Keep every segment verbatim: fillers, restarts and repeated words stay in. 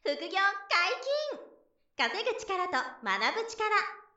副業解禁、稼ぐ力と学ぶ力。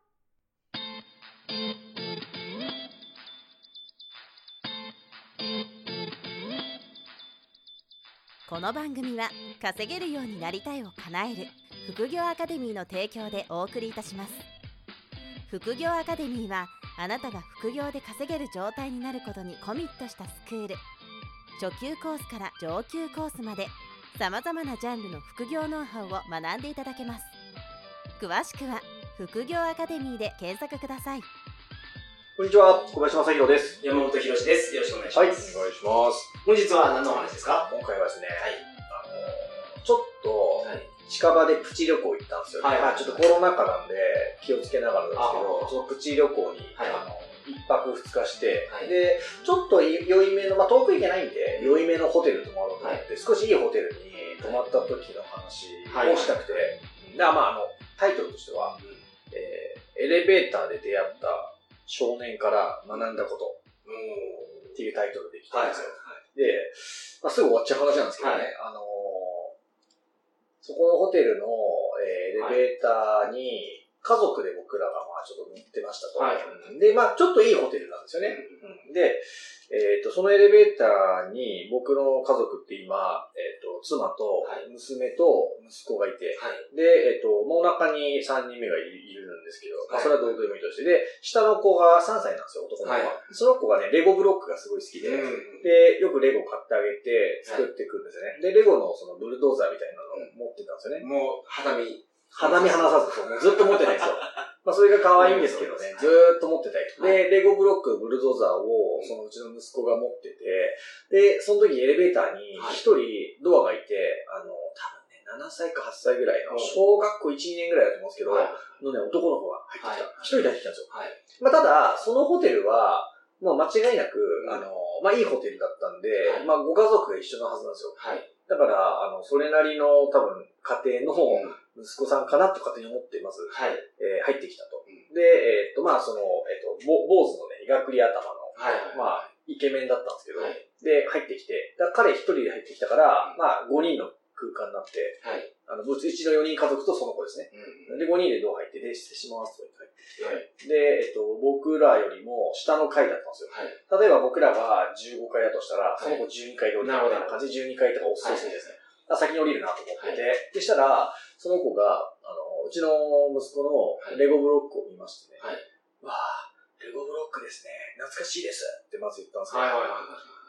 この番組は稼げるようになりたいを叶える副業アカデミーの提供でお送りいたします。副業アカデミーはあなたが副業で稼げる状態になることにコミットしたスクール。初級コースから上級コースまでさまざまなジャンルの副業ノウハウを学んでいただけます。詳しくは副業アカデミーで検索ください。 こんにちは、小林正弘です。 山本博史です。よろしくお願いします。 はい、お願いします。 本日は何のお話ですか？ 今回はですね、 はい、 あのちょっと近場でプチ旅行行ったんですよね。はい、まあちょっとコロナ禍なんで気をつけながらですけど、そのプチ旅行に、はい、あの一泊二日して、はい、でちょっと良いめの、まあ遠く行けないんで良いめのホテル泊まろうと思って、はい、少しいいホテルに泊まった時の話をしたくて、はいはい、まああのタイトルとしては、うんえー、エレベーターで出会った少年から学んだことっていうタイトルで来てるんですよ。はいはい、で、まあ、すぐ終わっちゃう話なんですけどね、はい、あのー、そこのホテルの、えー、エレベーターに家族で僕らがまあちょっと乗ってましたと。はい、で、まあちょっといいホテルなんですよね。うん、で、えっと、そのエレベーターに僕の家族って今、えっと、妻と娘と息子がいて、はい、で、えっと、もうお腹にさんにんめがいるんですけど、はい、まあ、それはどうでもいいとして、で、下の子がさんさいなんですよ、男の子が。はい、その子がね、レゴブロックがすごい好きで、うん、で、よくレゴ買ってあげて作っていくんですよね。はい、で、レゴのそのブルドーザーみたいなのを持ってたんですよね。 もう、肌身。 肌身離さず、もうずっと持ってないんですよ。まあそれが可愛いんですけどね、ずーっと持ってたりとか。で、レゴブロック、ブルドーザーを、そのうちの息子が持ってて、で、その時エレベーターに一人ドアがいて、あの、多分ね、ななさいかはっさいぐらいの、小学校いち、にねんぐらいだと思うんですけど、のね、男の子が入ってきた。一人で入ってきたんですよ。まあただ、そのホテルは、まあ間違いなく、あの、まあいいホテルだったんで、まあご家族が一緒のはずなんですよ。だから、あの、それなりの多分家庭の息子さんかなと勝手に思ってまず、はいえー、入ってきたと。うん、で、えー、っと、まあその、えー、っと、坊主のね、いがくり頭の、はい、まあ、イケメンだったんですけど、はい、で、入ってきて、だ彼一人で入ってきたから、うん、まあごにんの空間になって、はい、あの、うちのよにん家族とその子ですね。うん、で、ごにんでドア入って、で、失礼しますとか言って入ってきて、はい、で、えっと、僕らよりも下の階だったんですよ。はい、例えば僕らがじゅうごかいだとしたら、その子じゅうにかいで降りたみたいな感じでじゅうにかいとか押すとするんですね。はい、先に降りるなと思ってて、はい、でしたら、その子が、あの、うちの息子のレゴブロックを見ましてね、はい、わあ、レゴブロックですね、懐かしいですってまず言ったんですよ。はいはいはい、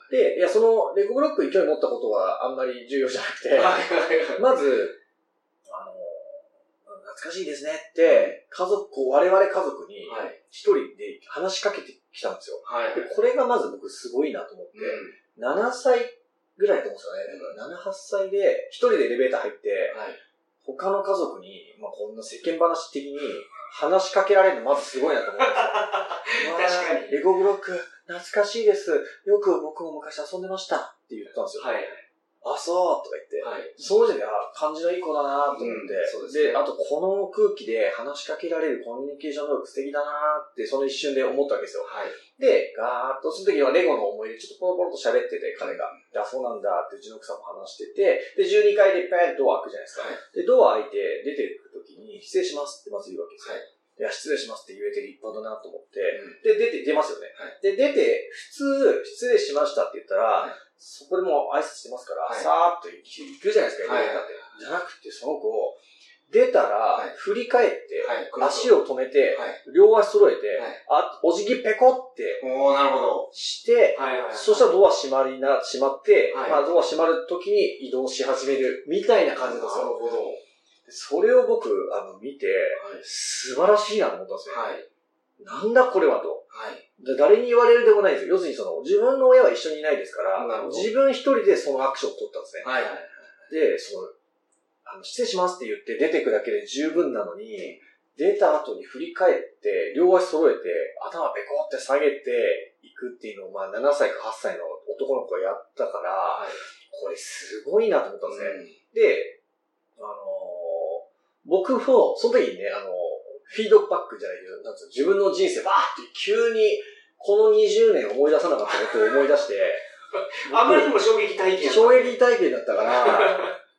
で、いや、そのレゴブロックに興味持ったことはあんまり重要じゃなくて、はいはいはい、まず、あの、懐かしいですねって、家族、我々家族に一人で話しかけてきたんですよ。はい、でこれがまず僕すごいなと思って、うん、ななさいぐらいと思うんですよね。うん、なな、はっさいで一人でエレベーター入って、はい、他の家族に、まあ、こんな世間話的に話しかけられるのまずすごいなと思うんですよ。確かに。レゴブロック、懐かしいです。よく僕も昔遊んでましたって言ったんですよ。はい。あ、そうとか言って。はい。その時で、あ、感じのいい子だなと思って、うん、そうですね。で、あとこの空気で話しかけられるコミュニケーション能力素敵だなって、その一瞬で思ったわけですよ。はい。で、ガーッと、その時はレゴの思い出ちょっとポロポロと喋ってて、彼が。あ、そうなんだってうちの奥さんも話してて、で、じゅうにかいでペーンとドア開くじゃないですか。はい、で、ドア開いて出ていく時に、失礼しますってまず言うわけですよ。はい。いや、失礼しますって言えて立派だなと思って、うん、で、出て、出ますよね。はい、で、出て、普通、失礼しましたって言ったら、はい、そこでもう挨拶してますから、はい、さーっと行くじゃないですか、エレベーターって。じゃなくて、その子、出たら、振り返って、はい、足を止めて、はい、両足揃えて、はい、あ、お辞儀ペコって、 おー、なるほど。 して、はいはいはい、そしたらドア閉まりな、閉まって、はい、まあドア閉まる時に移動し始める、みたいな感じなんですよ。なるほど。それを僕、あの、見て、はい、素晴らしいなと思ったんですよ。はい、なんだこれはと。はい、誰に言われるでもないですよ。要するにその、自分の親は一緒にいないですから、自分一人でそのアクションを取ったんですね。はいはいはい、で、その、あの、失礼しますって言って出てくだけで十分なのに、出た後に振り返って、両足揃えて、頭ペコって下げていくっていうのを、まあななさいかはっさいの男の子がやったから、はい、これすごいなと思ったんですね。うん、で、あのー、僕も、その時にね、あのー、フィードバックじゃないけど、なんつうの、自分の人生バーって急に、このにじゅうねん思い出さなかったことを思い出して、 あんまりにも衝撃体験衝撃体験だったから、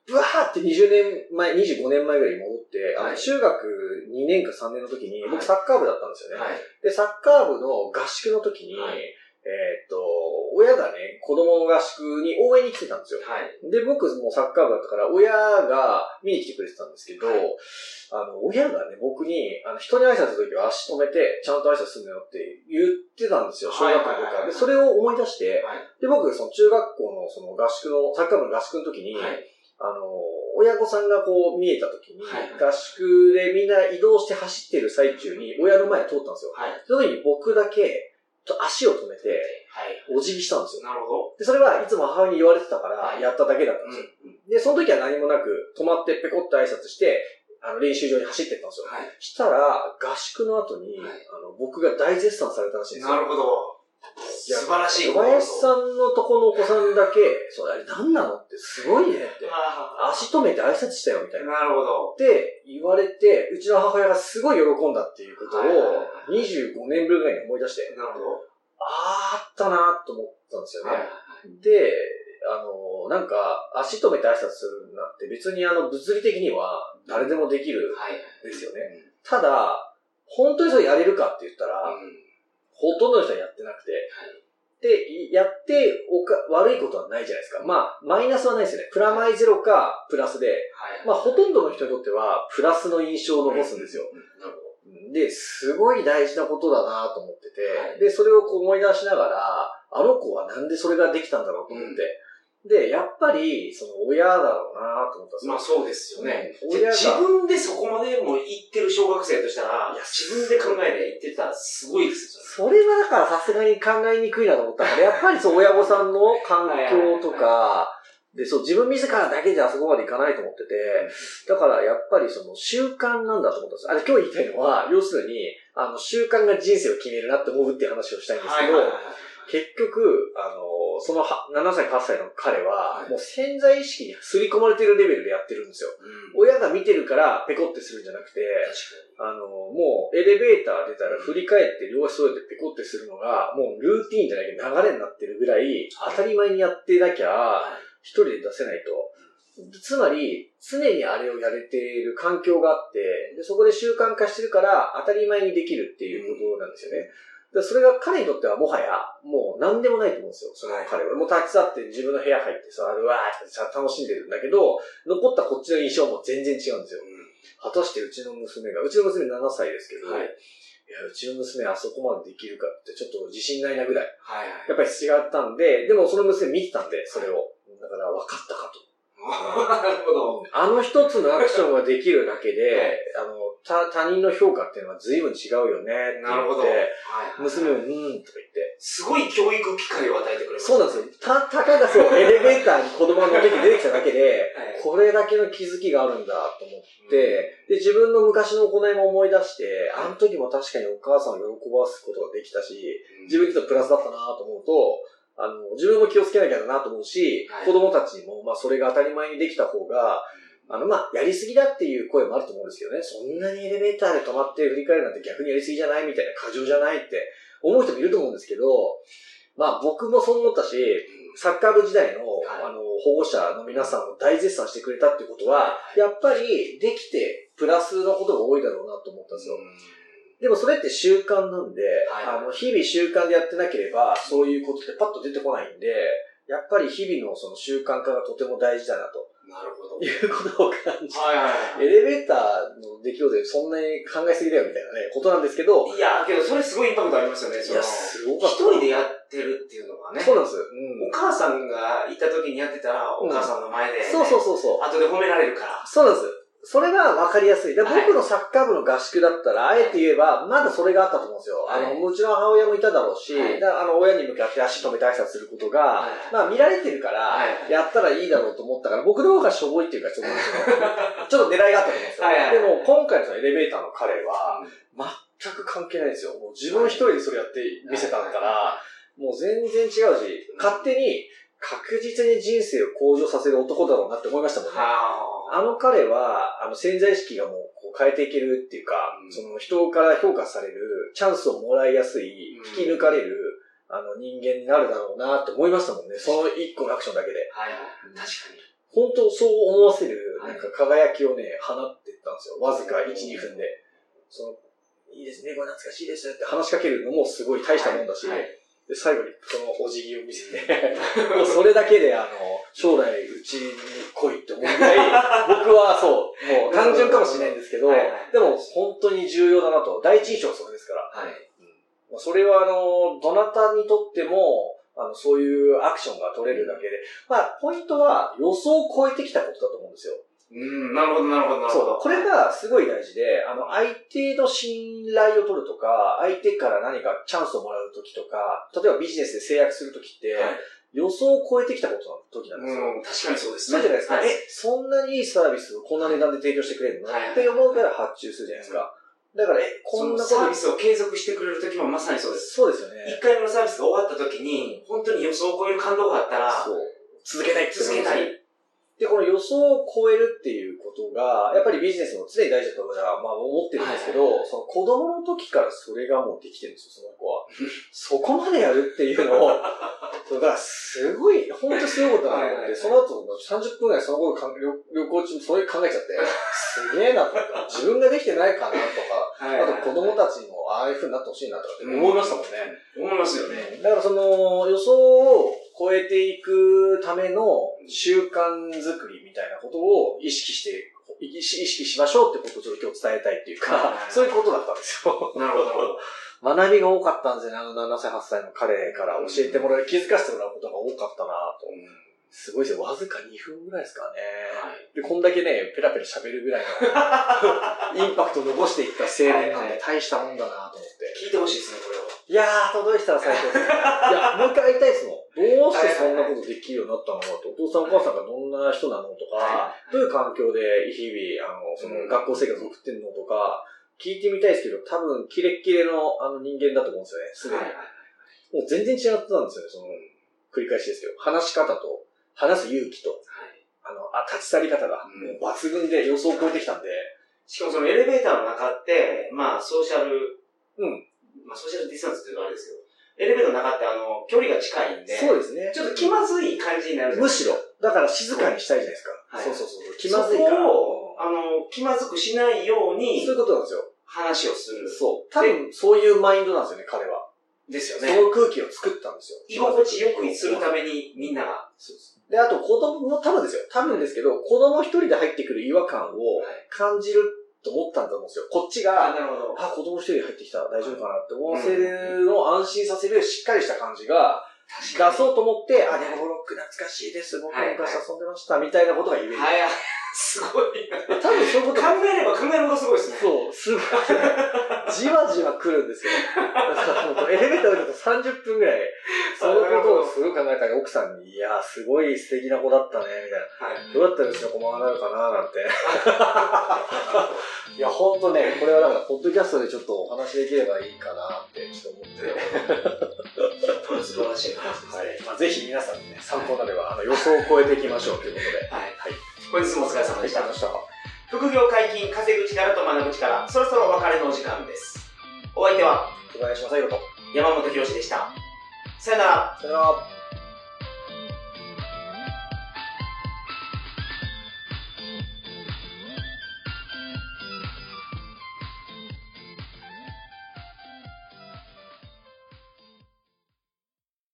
ブワーってにじゅうねんまえ、にじゅうごねんまえぐらいに戻って、 はい、 あの中学にねんかさんねんの時に、僕サッカー部だったんですよね。 はい、 で、サッカー部の合宿の時に、はい、えー、っと、親がね、子供の合宿に応援に来てたんですよ。はい、で、僕もサッカー部だったから、親が見に来てくれてたんですけど、はい、あの、親がね、僕に、あの、人に挨拶するときは足止めて、ちゃんと挨拶するのよって言ってたんですよ、小学校の時から。で、それを思い出して、はい、で、僕、その中学校のその合宿の、サッカー部の合宿の時に、はい、あの、親御さんがこう見えた時に、はい、合宿でみんな移動して走ってる最中に、親の前通ったんですよ。はい、その時に僕だけ、足を止めて、お辞儀したんですよ。 なるほど。 で、それはいつも母親に言われてたから、やっただけだったんですよ。はい、で、その時は何もなく、止まってペコッと挨拶して、あの、練習場に走ってったんですよ。はい、したら、合宿の後に、はい、あの、僕が大絶賛されたらしいんですよ。 なるほど。素晴らしい。 小林さんのとこのお子さんだけ、それあれ何なのってすごいねって。足止めて挨拶したよみたいな。 なるほど。 って言われて、うちの母親がすごい喜んだっていうことを、にじゅうごねんぶりぐらいに思い出して。 なるほど。 あーあったなと思ったんですよね。はいはいはい、で、あの、なんか、足止めて挨拶するなんて別にあの、物理的には誰でもできるんですよね。はいはい、ただ、本当にそれやれるかって言ったら、うん、ほとんどの人はやってなくて、はい、で、やっておか、悪いことはないじゃないですか。まあ、マイナスはないですよね。プラマイゼロか、プラスで、はい、まあ、ほとんどの人にとっては、プラスの印象を残すんですよ。うんうん、なるほど。で、すごい大事なことだなと思ってて、はい、で、それをこう思い出しながら、あの子はなんでそれができたんだろうと思って、うん、で、やっぱり、その親だろうなと思ったんですよ。 まあそうですよね。親が自分でそこまでもう言ってる小学生としたら、いや自分で考えて言ってたらすごいですよね。それはだからさすがに考えにくいなと思ったから、やっぱりそう親御さんの環境とか、で、そう、自分自らだけじゃあそこまでいかないと思ってて、だからやっぱりその習慣なんだと思ったんです。あれ今日言いたいのは、要するに、あの、習慣が人生を決めるなって思うっていう話をしたいんですけど、はいはいはいはい、結局、あの、そのななさい、はっさいの彼は、もう潜在意識に刷り込まれてるレベルでやってるんですよ。うん、親が見てるからペコってするんじゃなくて、あの、もうエレベーター出たら振り返って両足添えてペコってするのが、もうルーティーンじゃないけど流れになってるぐらい、当たり前にやってなきゃ、一人で出せないと。つまり、常にあれをやれている環境があって、でそこで習慣化してるから当たり前にできるっていうことなんですよね。でそれが彼にとってはもはや、もう何でもないと思うんですよ、その彼は。もう立ち去って自分の部屋入ってさ、うわーってさ、楽しんでるんだけど、残ったこっちの印象も全然違うんですよ。うん、果たしてうちの娘が、うちの娘ななさいですけど、はい、いや、うちの娘あそこまでできるかってちょっと自信ないなぐらい。はいはい、やっぱり違ったんで、でもその娘見てたんで、それを。だから分かったかと。 なるほど。 あの一つのアクションができるだけで、はい、あの、他、他人の評価っていうのは随分違うよねって言って、なるほど。はいはい、娘もうーんとか言って。 すごい教育機会を与えてくれました、 ね。そうなんですよ。た、たかがそう、エレベーターに子供が乗ってきて出てきただけで、はい、これだけの気づきがあるんだと思って、うん、で、自分の昔の行いも思い出して、あの時も確かにお母さんを喜ばすことができたし、うん、自分にとってプラスだったなと思うと、あの、自分も気をつけなきゃだなと思うし、はい、子供たちにも、まあ、それが当たり前にできた方が、あの、まあ、やりすぎだっていう声もあると思うんですけどね、そんなにエレベーターで止まって振り返るなんて逆にやりすぎじゃないみたいな、過剰じゃないって思う人もいると思うんですけど、まあ、僕もそう思ったし、サッカー部時代の、はい、あの、保護者の皆さんも大絶賛してくれたってことは、はい、やっぱりできてプラスのことが多いだろうなと思ったんですよ。でもそれって習慣なんで、はい、あの、日々習慣でやってなければ、そういうことってパッと出てこないんで、やっぱり日々のその習慣化がとても大事だなと。 なるほど。 いうことを感じて、 はいはいはい、 エレベーターの出来事でそんなに考えすぎだよみたいなね、ことなんですけど。 いやー、けどそれすごいインパクトありますよね。 いや、すごかった。 一人でやってるっていうのがね。 そうなんです。うん、 お母さんがいた時にやってたら、お母さんの前で、ね、 うん、そうそうそうそう。 後で褒められるから。 そうなんです。それが分かりやすい。で、はい、僕のサッカー部の合宿だったら、あえて言えば、まだそれがあったと思うんですよ。はい、あの、うちの母親もいただろうし、はい、だあの、親に向かって足止めて挨拶することが、はい、まあ見られてるから、やったらいいだろうと思ったから、僕の方がしょぼいっていうか、ちょっと、ちょっと狙いがあったと思うんですよ。はいはいはい、でも、今回のエレベーターの彼は、全く関係ないんですよ。もう自分一人でそれやって見せたんだから、もう全然違うし、勝手に、確実に人生を向上させる男だろうなって思いましたもんね。あの彼は、あの潜在意識がもうこう変えていけるっていうか、うん、その人から評価される、チャンスをもらいやすい、引き抜かれる、うん、あの人間になるだろうなって思いましたもんね。その一個のアクションだけで。 はい、確かに。 本当そう思わせる、なんか輝きをね、放ってったんですよ。わずかいち、にふんで。その、いいですね、これ懐かしいですって話しかけるのもすごい大したもんだし、はいはい、で最後にそのお辞儀を見せて、もうそれだけで、あの、将来うちに来いって思うぐらい、僕はそう、もう単純かもしれないんですけど、はいはい、でも本当に重要だなと。第一印象はそれですから。はいうん、それはあの、どなたにとっても、あの、そういうアクションが取れるだけで、まあ、ポイントは予想を超えてきたことだと思うんですよ。 うん、なるほど、なるほど、なるほど。 そう。これがすごい大事で、あの、相手の信頼を取るとか、相手から何かチャンスをもらうときとか、例えばビジネスで制約するときって、はい、予想を超えてきたことの時なんですよ。 うん、確かにそうですね。 そうじゃないですか。はい、え、そんなにいいサービスをこんな値段で提供してくれるの、はい、って思うから発注するじゃないですか。だから、え、こんなこと。 サービスを継続してくれるときもまさにそうです。 そうですよね。 一回目のサービスが終わったときに、本当に予想を超える感動があったら、そう。 続けたいって続けたい。 で、この予想を超えるっていうことが、やっぱりビジネスの常に大事だとまあ思ってるんですけど、はいはいはい、その子供の時からそれがもうできてるんですよ、その子は。そこまでやるっていうのを、だからすごい、ほんとすごいことだなと思って、その後さんじゅっぷんぐらいそのこと旅、旅行中それ考えちゃって、すげえなと思って、自分ができてないかなとか、はいはいはい、あと子供たちにもああいう風になってほしいなとかって思いましたもんね。 うん、思いますよね。 だからその予想を超えていくための習慣づくりみたいなことを意識して、意識しましょうってことをちょっと今日伝えたいっていうか、そういうことだったんですよ。 なるほど。 学びが多かったんですよね、あのななさい、はっさいの彼から教えてもらう、気づかせてもらうことが多かったなと。うんすごいですよ。わずかにふんぐらいですからね。はい、で、こんだけね、ペラペラ喋るぐらいのインパクトを残していった青年なんで大したもんだなと思って。 聞いてほしいですね、これは。 いやー、届いたら最高です。いや、もう一回会いたいですもん。どうしてそんなことできるようになったのかと。お父さんお母さんがどんな人なのとか、どういう環境で日々、あの、その学校生活を送ってるのとか、聞いてみたいですけど、多分、キレッキレのあの人間だと思うんですよね、すでに。もう全然違ってたんですよね、その、繰り返しですけど。話し方と、話す勇気と、はい、あの、あ、立ち去り方が、もう抜群で予想を超えてきたんで。 しかもそのエレベーターの中って、まあ、ソーシャル、うん。まあ、ソーシャルディスタンスっていうのはあれですけど、エレベーターの中ってあの、距離が近いんで、 そうですね。 ちょっと気まずい感じになるじゃないですか。 むしろ。だから静かにしたいじゃないですか。はい、そうそうそう。気まずいから。 そこを、あの、気まずくしないように、 そういうことなんですよ。 話をする。 そう。多分、そういうマインドなんですよね、彼は。 ですよね。 その空気を作ったんですよ。 居心地よくするためにみんなが。 そうです。で、あと子供も多分ですよ。多分ですけど、子供一人で入ってくる違和感を感じると思ったんだと思うんですよ。こっちが、 なるほど。 あ、子供一人で入ってきたら大丈夫かなって思わせるのを安心させるしっかりした感じが出そうと思って、あ、レゴロック懐かしいです。僕昔遊んでました。みたいなことが言える。 はいはい。すごいな。 多分そういうこと考えれば考えるほどすごいですね。 そう、すごい。じわじわ来るんですよ。エレベーター降りるとさんじゅっぷんぐらい、そのことをすごい考えたら奥さんに、いやーすごい素敵な子だったね、みたいな。はい、どうやったらうちの子もああなるかな、なんて。いや、ほんとね、これはだから、ポッドキャストでちょっとお話できればいいかなって、ちょっと思って。 素晴らしい話ですね。 はい。まあ、ぜひ皆さんにね、参考になれば、あの、予想を超えていきましょうということで。 はい。はい。本日もお疲れ様でした。 ありがとうございました。 副業解禁、稼ぐ力と学ぶ力、そろそろお別れのお時間です。お相手は、 小林正宏と山本博史でした。さよなら。 さよなら。